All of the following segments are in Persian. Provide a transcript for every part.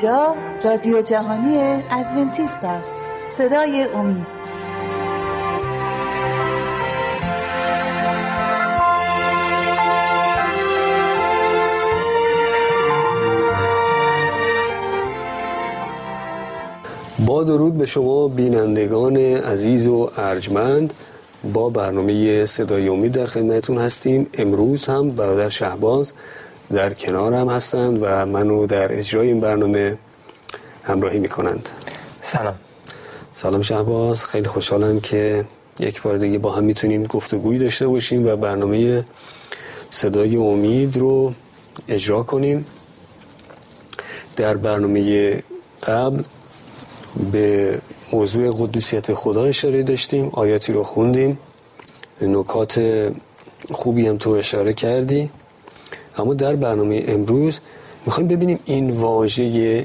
اینجا رادیو جهانی ادونتیست است، صدای امید. با درود به شما بینندگان عزیز و ارجمند، با برنامه صدای امید در خدمتتون هستیم. امروز هم برادر شهباز در کنارم هستند و منو در اجرای این برنامه همراهی میکنند. سلام شهباز، خیلی خوشحالم که یک بار دیگه با هم میتونیم گفتگویی داشته باشیم و برنامه صدای امید رو اجرا کنیم. در برنامه قبل به موضوع قدوسیت خدا اشاره داشتیم، آیاتی رو خوندیم، نکات خوبی هم تو اشاره کردی. اما در برنامه امروز میخوایم ببینیم این واژه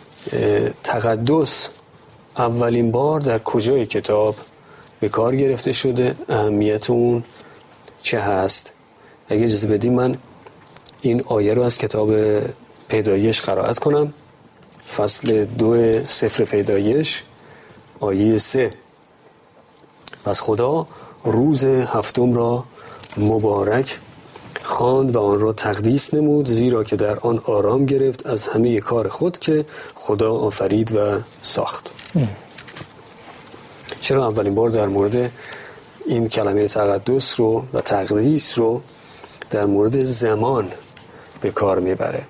تقدس اولین بار در کجای کتاب به کار گرفته شده، اهمیت اون چه هست. اگه اجازه بدی من این آیه رو از کتاب پیدایش قرائت کنم، فصل 2 سفر پیدایش، آیه 3. پس خدا روز هفتم را مبارک خواند و آن را تقدیس نمود، زیرا که در آن آرام گرفت از همه کار خود که خدا آفرید و ساخت. چرا اولین بار در مورد این کلمه تقدس رو و تقدیس رو در مورد زمان به کار میبره؟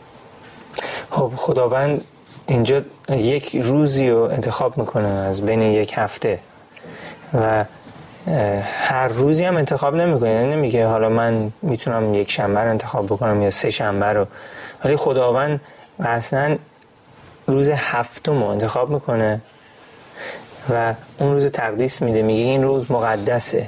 خب خداوند اینجا یک روزی رو انتخاب میکنه از بین یک هفته و هر روزی هم انتخاب نمیکنه، یعنی نمیگه حالا من میتونم یک شنبه رو انتخاب بکنم یا 3 شنبه رو، ولی خداوند اصلا روز هفتم رو انتخاب میکنه و اون روز تقدیس میده، میگه این روز مقدسه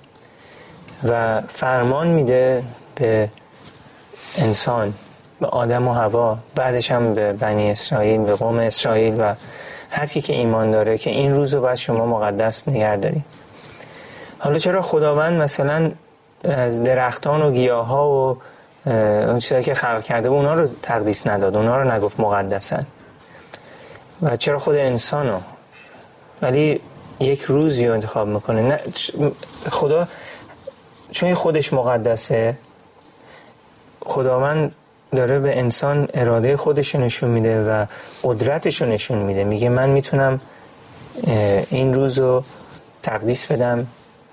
و فرمان میده به انسان، به آدم و حوا، بعدش هم به بنی اسرائیل، به قوم اسرائیل و هر کی که ایمان داره که این روز رو باید شما مقدس نگه دارید. حالا چرا خداوند مثلا از درختان و گیاها و اون چیزایی که خلق کرده و اونا رو تقدیس نداد، اونا رو نگفت مقدسن؟ و چرا خود انسانو ولی یک روزی رو انتخاب میکنه؟ نه، خدا چون خودش مقدسه، خداوند داره به انسان اراده خودش نشون میده و قدرتش رو نشون میده. میگه من میتونم این روز رو تقدیس بدم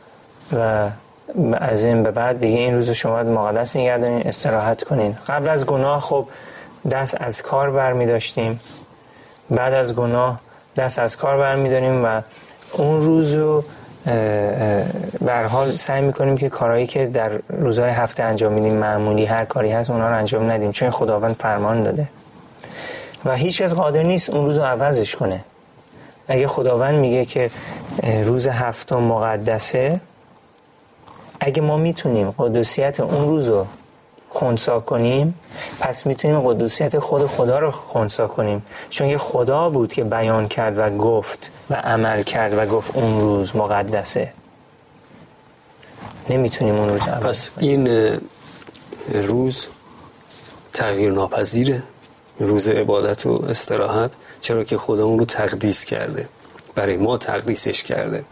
و از این به بعد دیگه این روز رو شما مقدس نگه دارین، استراحت کنین. قبل از گناه خب دست از کار برمی داشتیم، بعد از گناه دست از کار برمی داریم و اون روز رو به هر حال سعی میکنیم که کارهایی که در روزهای هفته انجام میدیم، معمولی هر کاری هست، اونا رو انجام ندیم، چون خداوند فرمان داده و هیچ کس قادر نیست اون روز رو عوضش کنه. اگه خداوند میگه که روز هفتم مقدسه، اگه ما میتونیم قدوسیت اون روز رو خنثی کنیم، پس میتونیم قدوسیت خود خدا رو خنثی کنیم، چون یه خدا بود که بیان کرد و گفت و عمل کرد و گفت اون روز مقدسه. نمیتونیم اون روز عوض پس کنیم. این روز تغییر ناپذیره، روز عبادت و استراحت، چرا که خدا اون رو تقدیس کرده، برای ما تقدیسش کرده.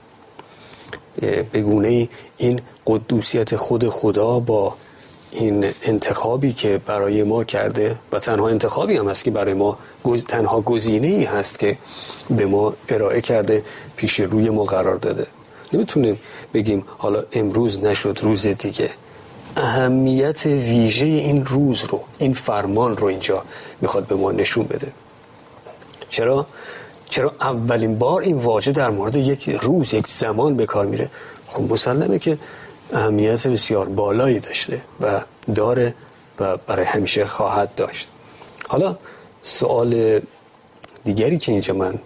به گونه این قدوسیت خود خدا با این انتخابی که برای ما کرده و تنها انتخابی هم هست که برای ما، تنها گزینه‌ای هست که به ما ارائه کرده، پیش روی ما قرار داده. نمیتونیم بگیم حالا امروز نشد روز دیگه. اهمیت ویژه این روز رو، این فرمان رو اینجا میخواد به ما نشون بده. چرا اولین بار این واژه در مورد یک روز، یک زمان به کار میره؟ خب مسلمه که اهمیت بسیار بالایی داشته و داره و برای همیشه خواهد داشت. حالا سوال دیگری که اینجا من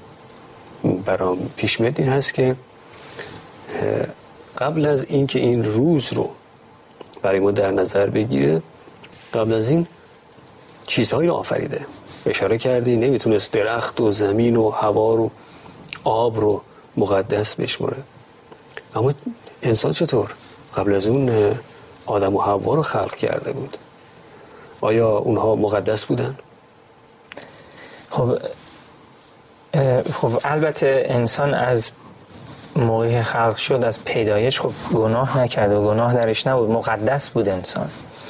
برام پیش میاد این هست که قبل از این که این روز رو برای ما در نظر بگیره، قبل از این چیزهایی رو آفریده. اشاره کردی نمیتونست درخت و زمین و هوا رو، آب رو مقدس بشماره. اما انسان چطور قبل از اون آدم و حوا رو خلق کرده بود؟ آیا اونها مقدس بودن؟ خب البته انسان از موقعی خلق شد، از پیدایش خب گناه نکرد و گناه درش نبود، مقدس بود انسان.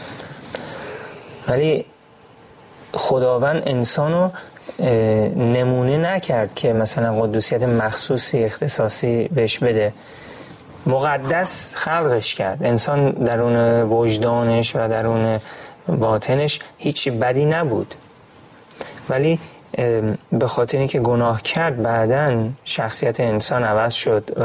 ولی خداوند انسانو نمونه نکرد که مثلا قدوسیت مخصوصی اختصاصی بهش بده، مقدس خلقش کرد. انسان درون وجدانش و درون باطنش هیچی بدی نبود، ولی به خاطر اینکه گناه کرد بعداً شخصیت انسان عوض شد و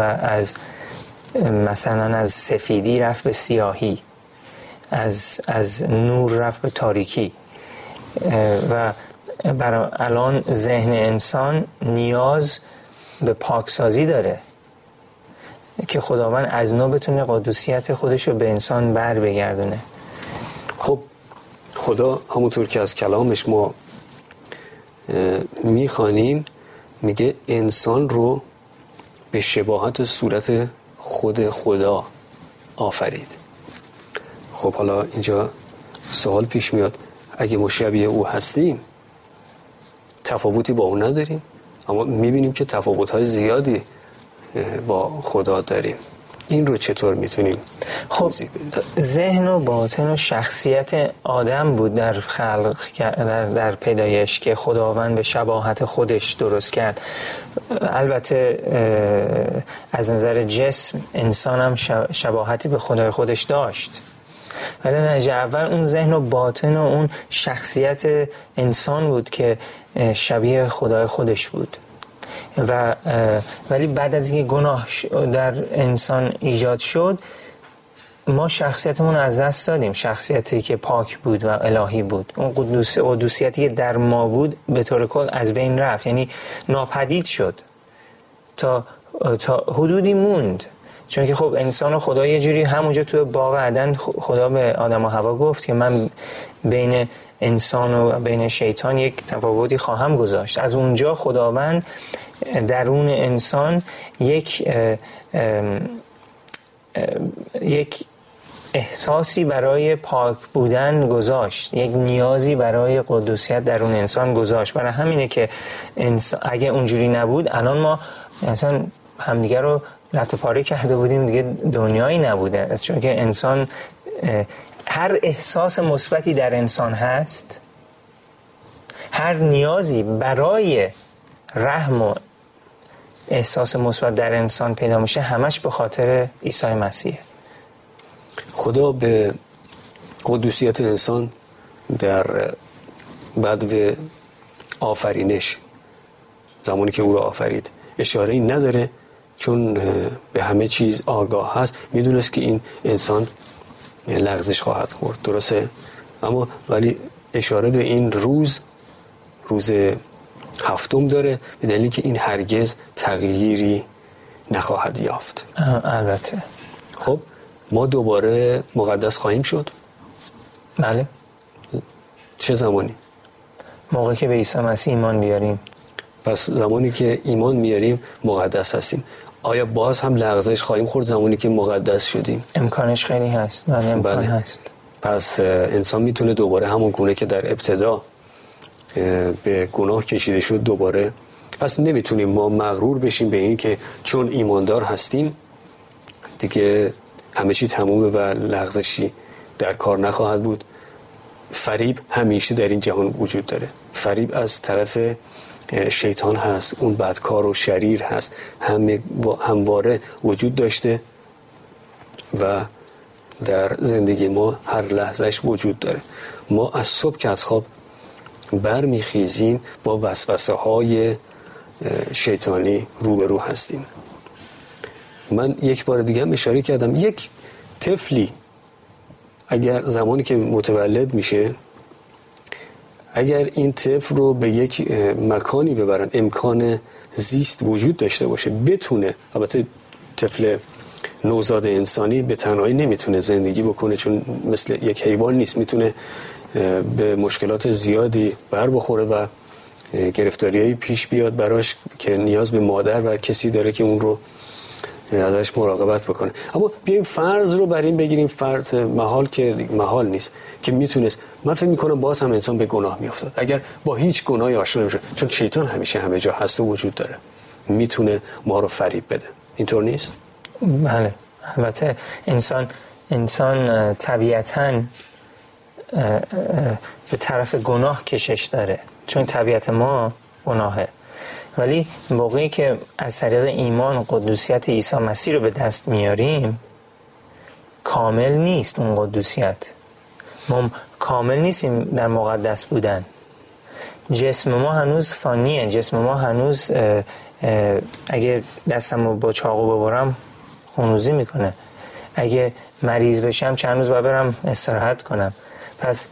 مثلا از سفیدی رفت به سیاهی، از نور رفت به تاریکی. و برای الان ذهن انسان نیاز به پاکسازی داره که خداوند از نو بتونه قدوسیت خودش رو به انسان بر بگردونه. خب خدا همونطور که از کلامش ما میخوانیم میگه انسان رو به شباهت صورت خود خدا آفرید. خب حالا اینجا سوال پیش میاد، اگه ما شبیه او هستیم تفاوتی با اون نداریم؟ اما میبینیم که تفاوت‌های زیادی با خدا داریم. این رو چطور میتونیم؟ خب ذهن و باطن و شخصیت آدم بود در خلق، در پیدایش که خداوند به شباهت خودش درست کرد. البته از نظر جسم انسان هم شباهتی به خدای خودش داشت، ولی نتیجه اول اون ذهن و باطن و اون شخصیت انسان بود که شبیه خدای خودش بود. ولی بعد از اینکه گناه در انسان ایجاد شد ما شخصیتمون از دست دادیم، شخصیتی که پاک بود و الهی بود. اون قدوسیتی که در ما بود به طور کل از بین رفت، یعنی ناپدید شد، تا حدودی موند. چون که خب انسان و خدا یه جوری همونجا توی باغ عدن خدا به آدم و حوا گفت که من بین انسان و بین شیطان یک تفاوتی خواهم گذاشت. از اونجا خداوند درون انسان یک احساسی برای پاک بودن گذاشت، یک نیازی برای قدوسیت درون انسان گذاشت. برای همینه که اگه اونجوری نبود الان ما مثلا همدیگه رو لطه پاره کرده بودیم، دیگه دنیایی نبوده. چون که انسان هر احساس مثبتی در انسان هست، هر نیازی برای رحم و احساس مثبت در انسان پیدا میشه، همش به خاطر عیسی مسیح. خدا به قدوسیت انسان در بدو آفرینش، زمانی که او را آفرید، اشاره‌ای نداره، چون به همه چیز آگاه هست. میدونست که این انسان لغزش خواهد خورد، درسته؟ اما ولی اشاره به این روز هفتم داره، به دلیلی که این هرگز تغییری نخواهد یافت. البته. خب ما دوباره مقدس خواهیم شد؟ بله. چه زمانی؟ موقعی که به عیسی مسیح ایمان بیاریم. پس زمانی که ایمان میاریم مقدس هستیم. آیا باز هم لغزش خواهیم خورد زمانی که مقدس شدیم؟ امکانش خیلی هست. امکان هست. پس انسان میتونه دوباره همون گونه که در ابتدا به گناه کشیده شد دوباره. پس نمیتونیم ما مغرور بشیم به این که چون ایماندار هستیم دیگه همه چی تمومه و لغزشی در کار نخواهد بود. فریب همیشه در این جهان وجود داره. فریب از طرف شیطان هست، اون بدکار و شریر هست، همواره وجود داشته و در زندگی ما هر لحظهش وجود داره. ما از صبح که از خواب برمیخیزیم با وسوسه های شیطانی روبرو هستیم. من یک بار دیگه هم اشاره کردم، یک طفلی اگر زمانی که متولد میشه، اگر این طفل رو به یک مکانی ببرن امکان زیست وجود داشته باشه، بتونه، البته طفل نوزاد انسانی به تنهایی نمیتونه زندگی بکنه چون مثل یک حیوان نیست، میتونه به مشکلات زیادی بر بخوره و گرفتاریایی پیش بیاد براش که نیاز به مادر و کسی داره که اون رو ازش مراقبت بکنه. اما بیایم فرض رو بر این بگیریم، فرض محال نیست که میتونست. من فکر میکنم باز هم انسان به گناه میافتاد اگر با هیچ گناهی آشنا نمیشه، چون شیطان همیشه همه جا هست و وجود داره، میتونه ما رو فریب بده. اینطور نیست؟ بله، البته انسان طبیعتاً به طرف گناه کشش داره، چون طبیعت ما گناهه. ولی موقعی که از طریق ایمان قدوسیت عیسی مسیح رو به دست میاریم، کامل نیست اون قدوسیت. ما کامل نیستیم در مقدس بودن. جسم ما هنوز فانیه، جسم ما هنوز اگه دستم رو با چاقو ببرم خونریزی میکنه، اگه مریض بشم چند روز باید برم استراحت کنم. پس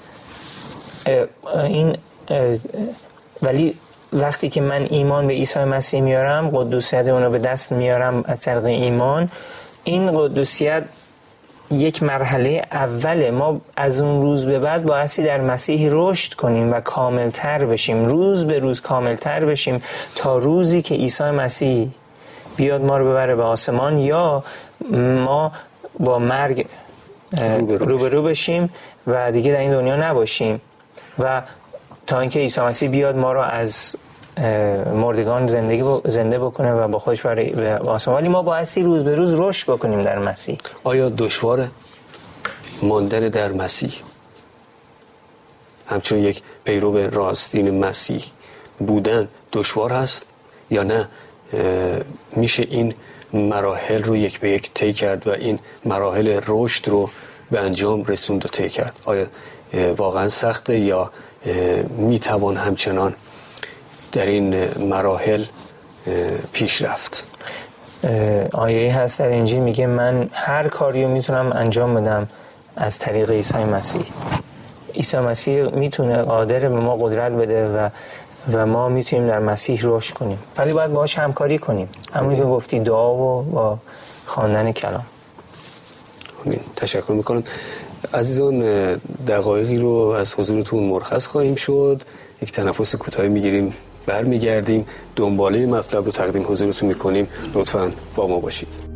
ولی وقتی که من ایمان به عیسی مسیح میارم، قدوسیت اون رو به دست میارم از طریق ایمان، این قدوسیت یک مرحله اوله. ما از اون روز به بعد بایستی در مسیح رشد کنیم و کاملتر بشیم، روز به روز کاملتر بشیم، تا روزی که عیسی مسیح بیاد ما رو ببره به آسمان یا ما با مرگ روبرو بشیم و دیگه در این دنیا نباشیم، و تا اینکه عیسی مسیح بیاد ما رو از مردگان زنده بکنه و با خودش بره به آسمان. ولی ما بایستی روز به روز رشد بکنیم در مسیح. آیا دشواره ماندن در مسیح همچون یک پیرو راستین مسیح بودن دشوار هست یا نه؟ میشه این مراحل رو یک به یک طی کرد و این مراحل رشد رو به انجام رسوند و طی کرد؟ آیا واقعا سخته یا میتوان همچنان در این مراحل پیش رفت؟ آیه هست در انجیل میگه من هر کاری رو میتونم انجام بدم از طریق عیسی مسیح. عیسی مسیح میتونه، قادر به ما قدرت بده و ما میتونیم در مسیح رشد کنیم، ولی باید باهاش همکاری کنیم، همونی که گفتی، دعا و با خواندن کلام. آمین. تشکر میکنم. عزیزان، دقایقی رو از حضورتون مرخص خواهیم شد، یک تنفس کوتاهی میگیریم، برمیگردیم، دنباله مطلب رو تقدیم حضورتون میکنیم. لطفاً با ما باشید.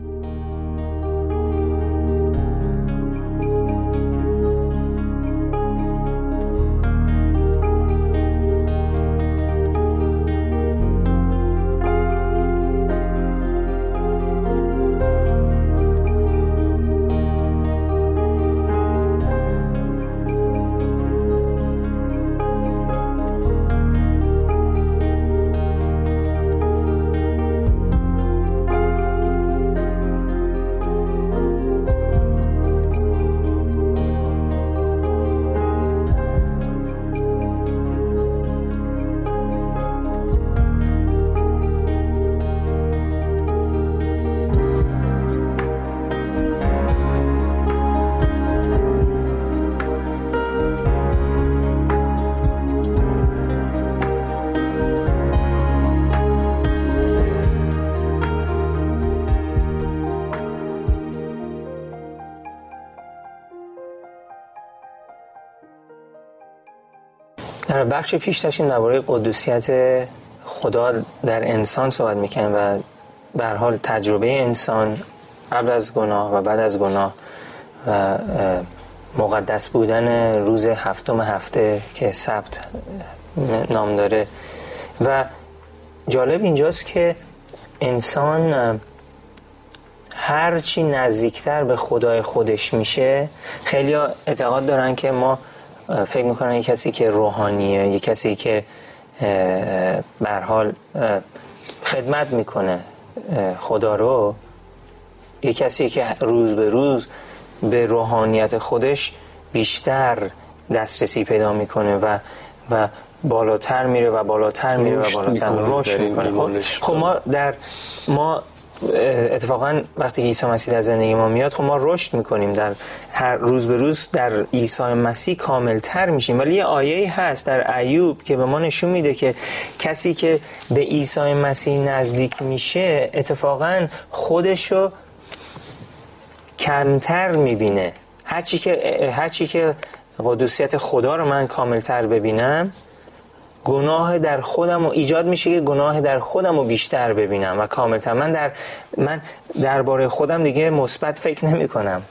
در بخش پیش داشتیم درباره قدوسیت خدا در انسان صحبت میکنیم و به هر حال تجربه انسان قبل از گناه و بعد از گناه و مقدس بودن روز هفتم هفته که سبت نام داره. و جالب اینجاست که انسان هرچی نزدیکتر به خدای خودش میشه، خیلی ها اعتقاد دارن که ما فکر میکنن یک کسی که روحانیه، یک کسی که به هر حال خدمت میکنه خدا رو، یک کسی که روز به روز به روحانیت خودش بیشتر دسترسی پیدا میکنه و بالاتر میره و بالاتر میره و بالاتر رشد میکنه. خب ما اتفاقا وقتی عیسی مسیح در زندگی ما میاد، خب ما رشد میکنیم، در هر روز به روز در عیسی مسیح کاملتر میشیم. ولی یه آیه هست در ایوب که به ما نشون میده که کسی که به عیسی مسیح نزدیک میشه اتفاقا خودشو کمتر میبینه. هرچی که قدوسیت خدا رو من کاملتر ببینم، گناه در خودم رو ایجاد میشه که گناه در خودم رو بیشتر ببینم و کاملتر. من درباره خودم دیگه مثبت فکر نمی کنم.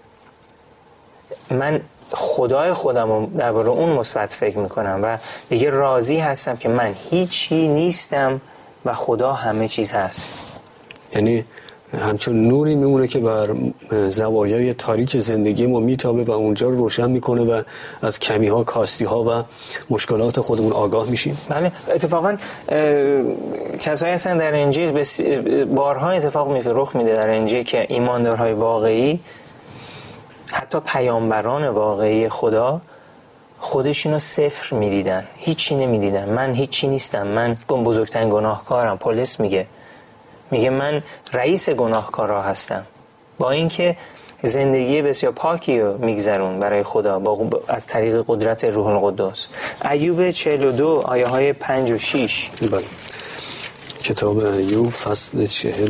من خدای خودم رو درباره اون مثبت فکر میکنم و دیگه راضی هستم که من هیچی نیستم و خدا همه چیز هست. یعنی همچون نوری میمونه که بر زوایای تاریک زندگی ما میتابه و اونجا رو روشن میکنه و از کمی ها، کاستی ها و مشکلات خودمون آگاه میشیم. بله، اتفاقا کسایی هستن در انجیل بارها اتفاق رخ میده در انجیل که ایماندارهای واقعی، حتی پیامبران واقعی خدا، خودشونو صفر میدیدن، هیچی نمیدیدن. من هیچی نیستم، من بزرگترین گناهکارم. پولس میگه من رئیس گناهکارا هستم، با اینکه زندگی بسیار پاکی رو میگذرون برای خدا از طریق قدرت روح القدس. ایوب 42 آیه های 5 و 6. بله. کتاب ایوب فصل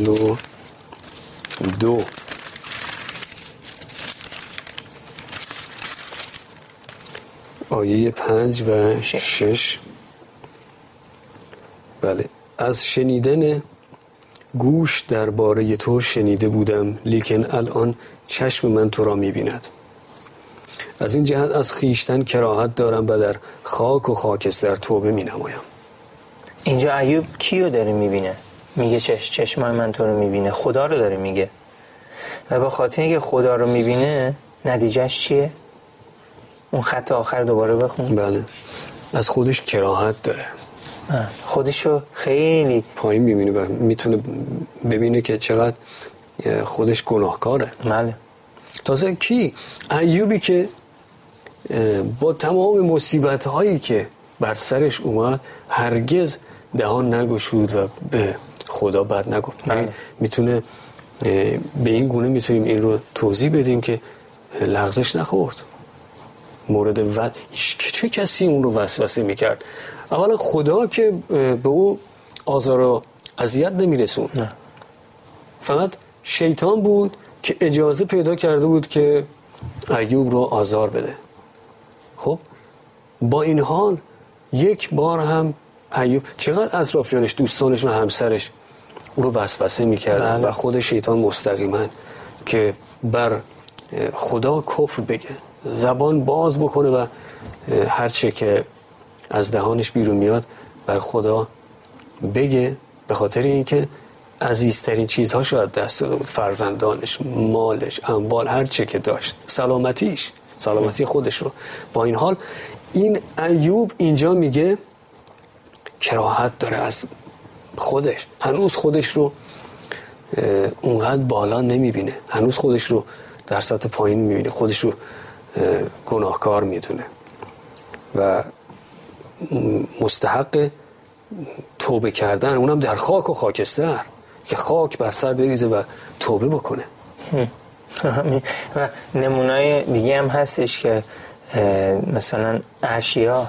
42 آیه 5 و 6. بله. از شنیدن گوش درباره تو شنیده بودم، لیکن الان چشم من تو را می‌بیند. از این جهت از خیشتن کراهت دارم و در خاک و خاکستر توبه می‌نمایم. اینجا ایوب کیو داره می‌بینه؟ میگه چشمای من تو رو می‌بینه، خدا رو داره میگه. و با خاطر اینکه خدا رو می‌بینه، نتیجهش چیه؟ اون خط آخر دوباره بخون. بله. از خودش کراهت داره. خودشو خیلی پایین می‌بینه و میتونه ببینه که چقدر خودش گناهکاره. بله. تازه کی؟ ایوبی که با تمام مصیبت‌هایی که بر سرش اومد هرگز دهان نگشود و به خدا بد نگفت. یعنی میتونه به این گونه میتونیم این رو توضیح بدیم که لغزش نخورد. مورد چه کسی اون رو وسوسه میکرد؟ اولا خدا که به او آزار و اذیت نمیرسون، فقط شیطان بود که اجازه پیدا کرده بود که ایوب رو آزار بده. خب با این حال یک بار هم ایوب، چقدر اطرافیانش، دوستانش و همسرش او رو وسوسه میکردن و خود شیطان مستقیما که بر خدا کفر بگه، زبان باز بکنه و هر چه که از دهانش بیرون میاد بر خدا بگه، به خاطر اینکه عزیزترین چیزها شاید دست داده بود، فرزندانش، مالش، اموال، هر چه که داشت، سلامتی خودش رو. با این حال این ایوب اینجا میگه کراهت داره از خودش، هنوز خودش رو اونقدر بالا نمیبینه، هنوز خودش رو در سطح پایین میبینه، خودش رو گناهکار میدونه و مستحق توبه کردن، اونم در خاک و خاکستر، که خاک بر سر بریزه و توبه بکنه. و نمونای دیگه هم هستش که مثلا اشعیا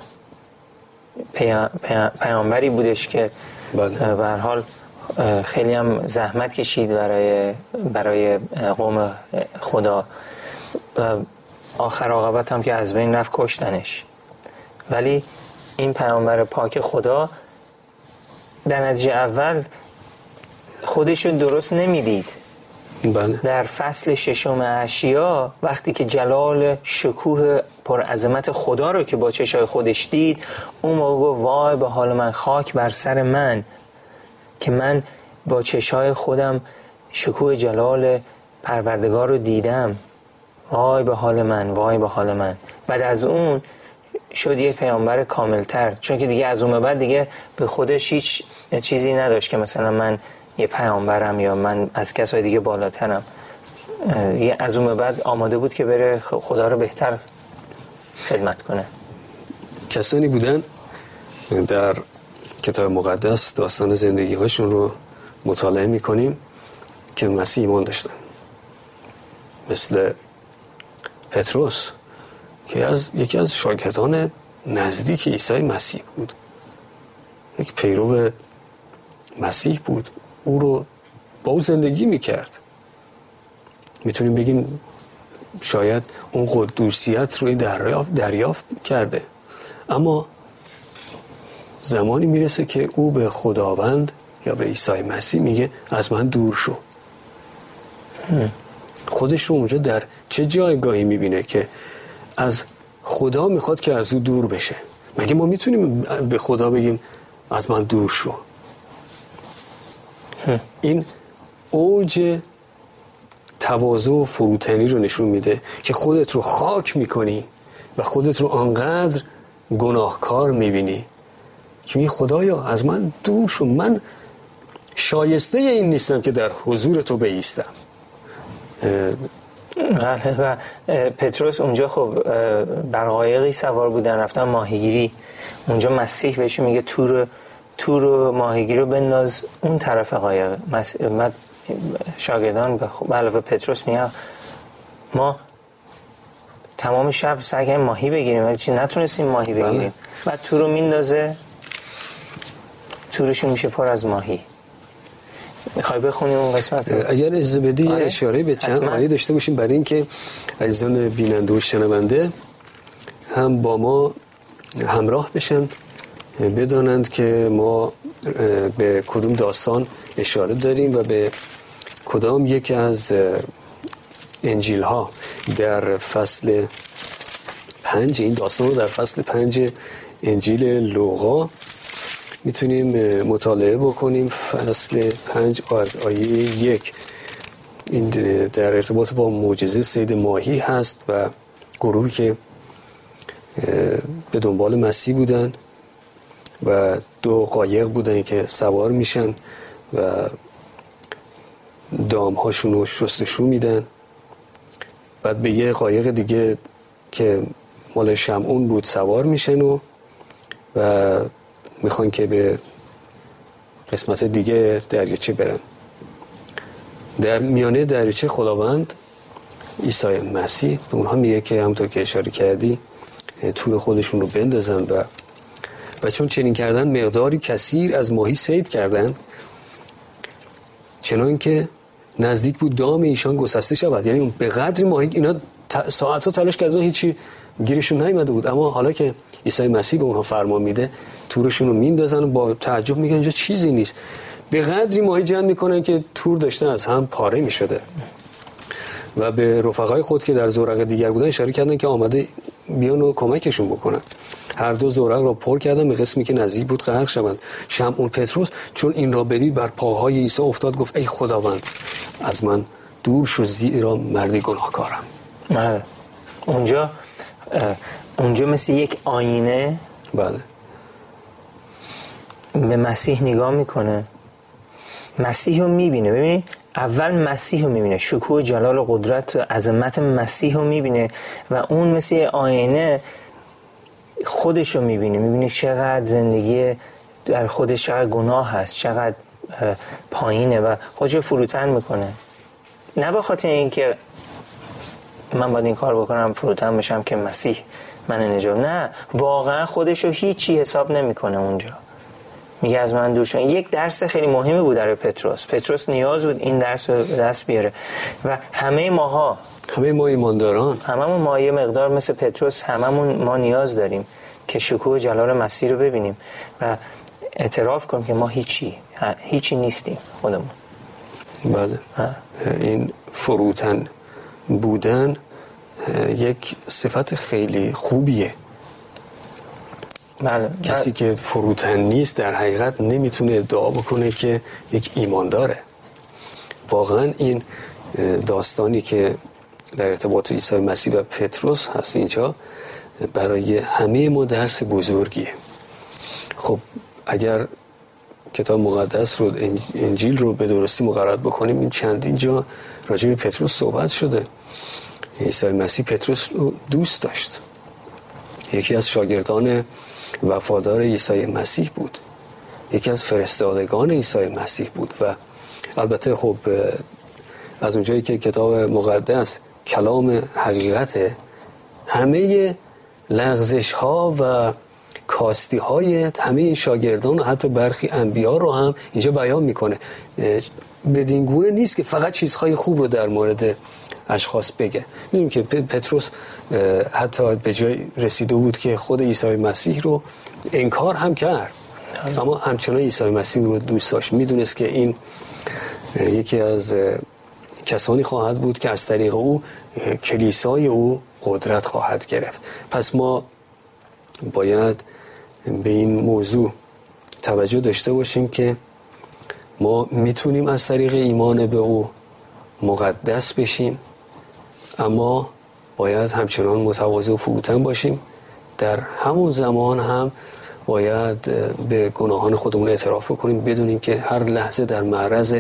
پیامبری بودش که به هر حال خیلی هم زحمت کشید برای قوم خدا و آخر عاقبت هم که از بین رفت، کشتنش. ولی این پیامبر پاک خدا در نتیجه اول خودشون درست نمیدید. بله. در فصل 6 اشعیا وقتی که جلال شکوه پرعظمت خدا رو که با چشای خودش دید، اون موقع گفت وای به حال من، خاک بر سر من که من با چشای خودم شکوه جلال پروردگار رو دیدم، وای به حال من، وای به حال من. بعد از اون شد یه پیامبر کاملتر، چون که دیگه از اون بعد دیگه به خودش هیچ چیزی نداشت که مثلا من یه پیامبرم یا من از کسای دیگه بالاترم. یه از اون بعد آماده بود که بره خدا رو بهتر خدمت کنه. کسانی بودن در کتاب مقدس داستان زندگی هاشون رو مطالعه میکنیم که مسیح ایمان داشتن، مثل پتروس که یکی از شاگردان نزدیک عیسی مسیح بود، یک پیرو مسیح بود، او رو با او زندگی میکرد. میتونیم بگیم شاید اون قدوسیت روی دریافت کرده، اما زمانی میرسه که او به خداوند یا به عیسی مسیح میگه از من دور شو. خودش رو اونجا در چه جایگاهی میبینه که از خدا میخواد که از او دور بشه؟ مگه ما میتونیم به خدا بگیم از من دور شو؟ این اوج تواضع و فروتنی رو نشون میده که خودت رو خاک میکنی و خودت رو آنقدر گناهکار میبینی که میگی خدایا از من دور شو، من شایسته این نیستم که در حضور تو بایستم. و پتروس اونجا خب بر قایقی سوار بودن، رفتن ماهیگیری. اونجا مسیح بهش میگه تور و ماهیگیری رو بنداز اون طرف قایق. شاگردان به علاوه پتروس میگه ما تمام شب سعی کردیم ماهی بگیریم ولی چی نتونستیم ماهی بگیریم. بعد تور رو میندازه، تورشون میشه پر از ماهی. میخوای بخونیم اون قسمت رو؟ اگر اجازه بدی اشاره به چند آیه داشته باشیم برای اینکه عزیزان بیننده و شنونده هم با ما همراه بشن، بدانند که ما به کدوم داستان اشاره داریم و به کدام یک از انجیل ها. در فصل 5 این داستان رو در فصل 5 انجیل لوقا میتونیم مطالعه بکنیم. فصل 5 از آیه 1 این در ارتباط با معجزه صید ماهی هست و گروهی که به دنبال مسیح بودن و 2 قایق بودن که سوار میشن و دامهاشون رو شستشو میدن. بعد به یه قایق دیگه که مال شمعون بود سوار میشن و میخوان که به قسمت دیگه دریاچه برن. در میانه دریاچه خداوند عیسی مسیح به اونها میگه که همونطور که اشاره کردی تور خودشون رو بندازن و چون چنین کردن مقداری کثیر از ماهی صید کردن چنان که نزدیک بود دام ایشان گسسته شود. یعنی به قدری ماهی اینا ساعتها تلاش کردن هیچی گیرشون نیامده بود، اما حالا که عیسی مسیح به اونها فرمان میده تورشون رو میندازن و با تعجب میگن اینجا چیزی نیست. به قدری ماهی جمع میکنن که تور داشتن از هم پاره میشده و به رفقای خود که در زورق دیگر بودن اشاره کردن که آمده بیان و کمکشون بکنن. هر 2 زورق را پر کردن به قسمی که نزدیک بود غرق شوند. شمعون پتروس چون این را بدید بر پاهای عیسی افتاد، گفت ای خداوند از من دور شو زیرا مردی گناهکارم. اونجا مثل یک آینه بله به مسیح نگاه میکنه، مسیح رو میبینه. ببینید اول مسیح رو میبینه، شکوه جلال و قدرت و عظمت مسیح رو میبینه و اون مثل آینه خودش رو میبینه چقدر زندگی در خودش چقدر گناه هست، چقدر پایینه و خودش رو فروتن میکنه. نه به خاطر اینکه من باید این کار بکنم فروتن بشم که مسیح من نجات، نه، واقعا خودش رو هیچی حساب نمیکنه. اونجا میگه از من دور شو. یک درس خیلی مهمی بود برای پتروس نیاز بود این درس رو دست بیاره و همه ما ایمانداران، هممون ما یه مقدار مثل پتروس هممون ما نیاز داریم که شکوه جلال مسیح رو ببینیم و اعتراف کنیم که ما هیچی نیستیم خودمون. بله این فروتن بودن یک صفت خیلی خوبیه. بله. کسی که فروتن نیست در حقیقت نمیتونه ادعا بکنه که یک ایمانداره. واقعا این داستانی که در ارتباط عیسی مسیح و پتروس هست اینجا برای همه ما درس بزرگیه. خب اگر کتاب مقدس رو انجیل رو به درستی مقررات بکنیم این چندین جا راجع به پتروس صحبت شده. عیسی مسیح پتروس رو دوست داشت، یکی از شاگردان وفادار عیسی مسیح بود، یکی از فرستادگان عیسی مسیح بود و البته خب از اونجایی که کتاب مقدس کلام حقیقته، همه لغزش ها و کاستی های همه این شاگردان و حتی برخی انبیا رو هم اینجا بیان میکنه. بدین گونه نیست که فقط چیزهای خوب رو در مورد اشخاص بگه. میدونیم که پتروس حتی به جای رسیده بود که خود عیسی مسیح رو انکار هم کرد. اما همچنان عیسی مسیح رو دوست داشت، میدونست که این یکی از کسانی خواهد بود که از طریق او کلیسای او قدرت خواهد گرفت. پس ما باید به این موضوع توجه داشته باشیم که ما میتونیم از طریق ایمان به او مقدس بشیم، اما باید همچنان متواضع و فروتن باشیم. در همون زمان هم باید به گناهان خودمون اعتراف بکنیم، بدونیم که هر لحظه در معرض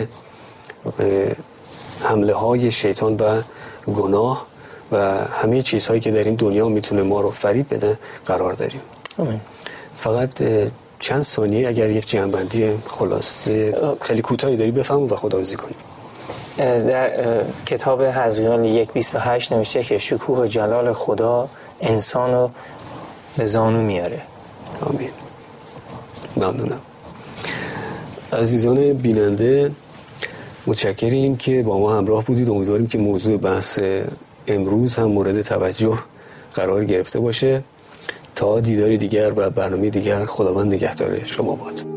حمله های شیطان و گناه و همه چیزهایی که در این دنیا میتونه ما رو فریب بده قرار داریم. آمین. فقط چند ثانیه اگر یک جمع‌بندی خلاصه خیلی کوتاهی داری بفهمون و خداحافظی کنیم. در کتاب حزقیال 1:28 نوشته که شکوه و جلال خدا انسان رو به زانو میاره. آمین. ممنونم. عزیزان بیننده، متشکریم که با ما همراه بودید. امیدواریم که موضوع بحث امروز هم مورد توجه قرار گرفته باشه. تا دیداری دیگر و برنامه دیگر، خداوند نگهدار شما باد.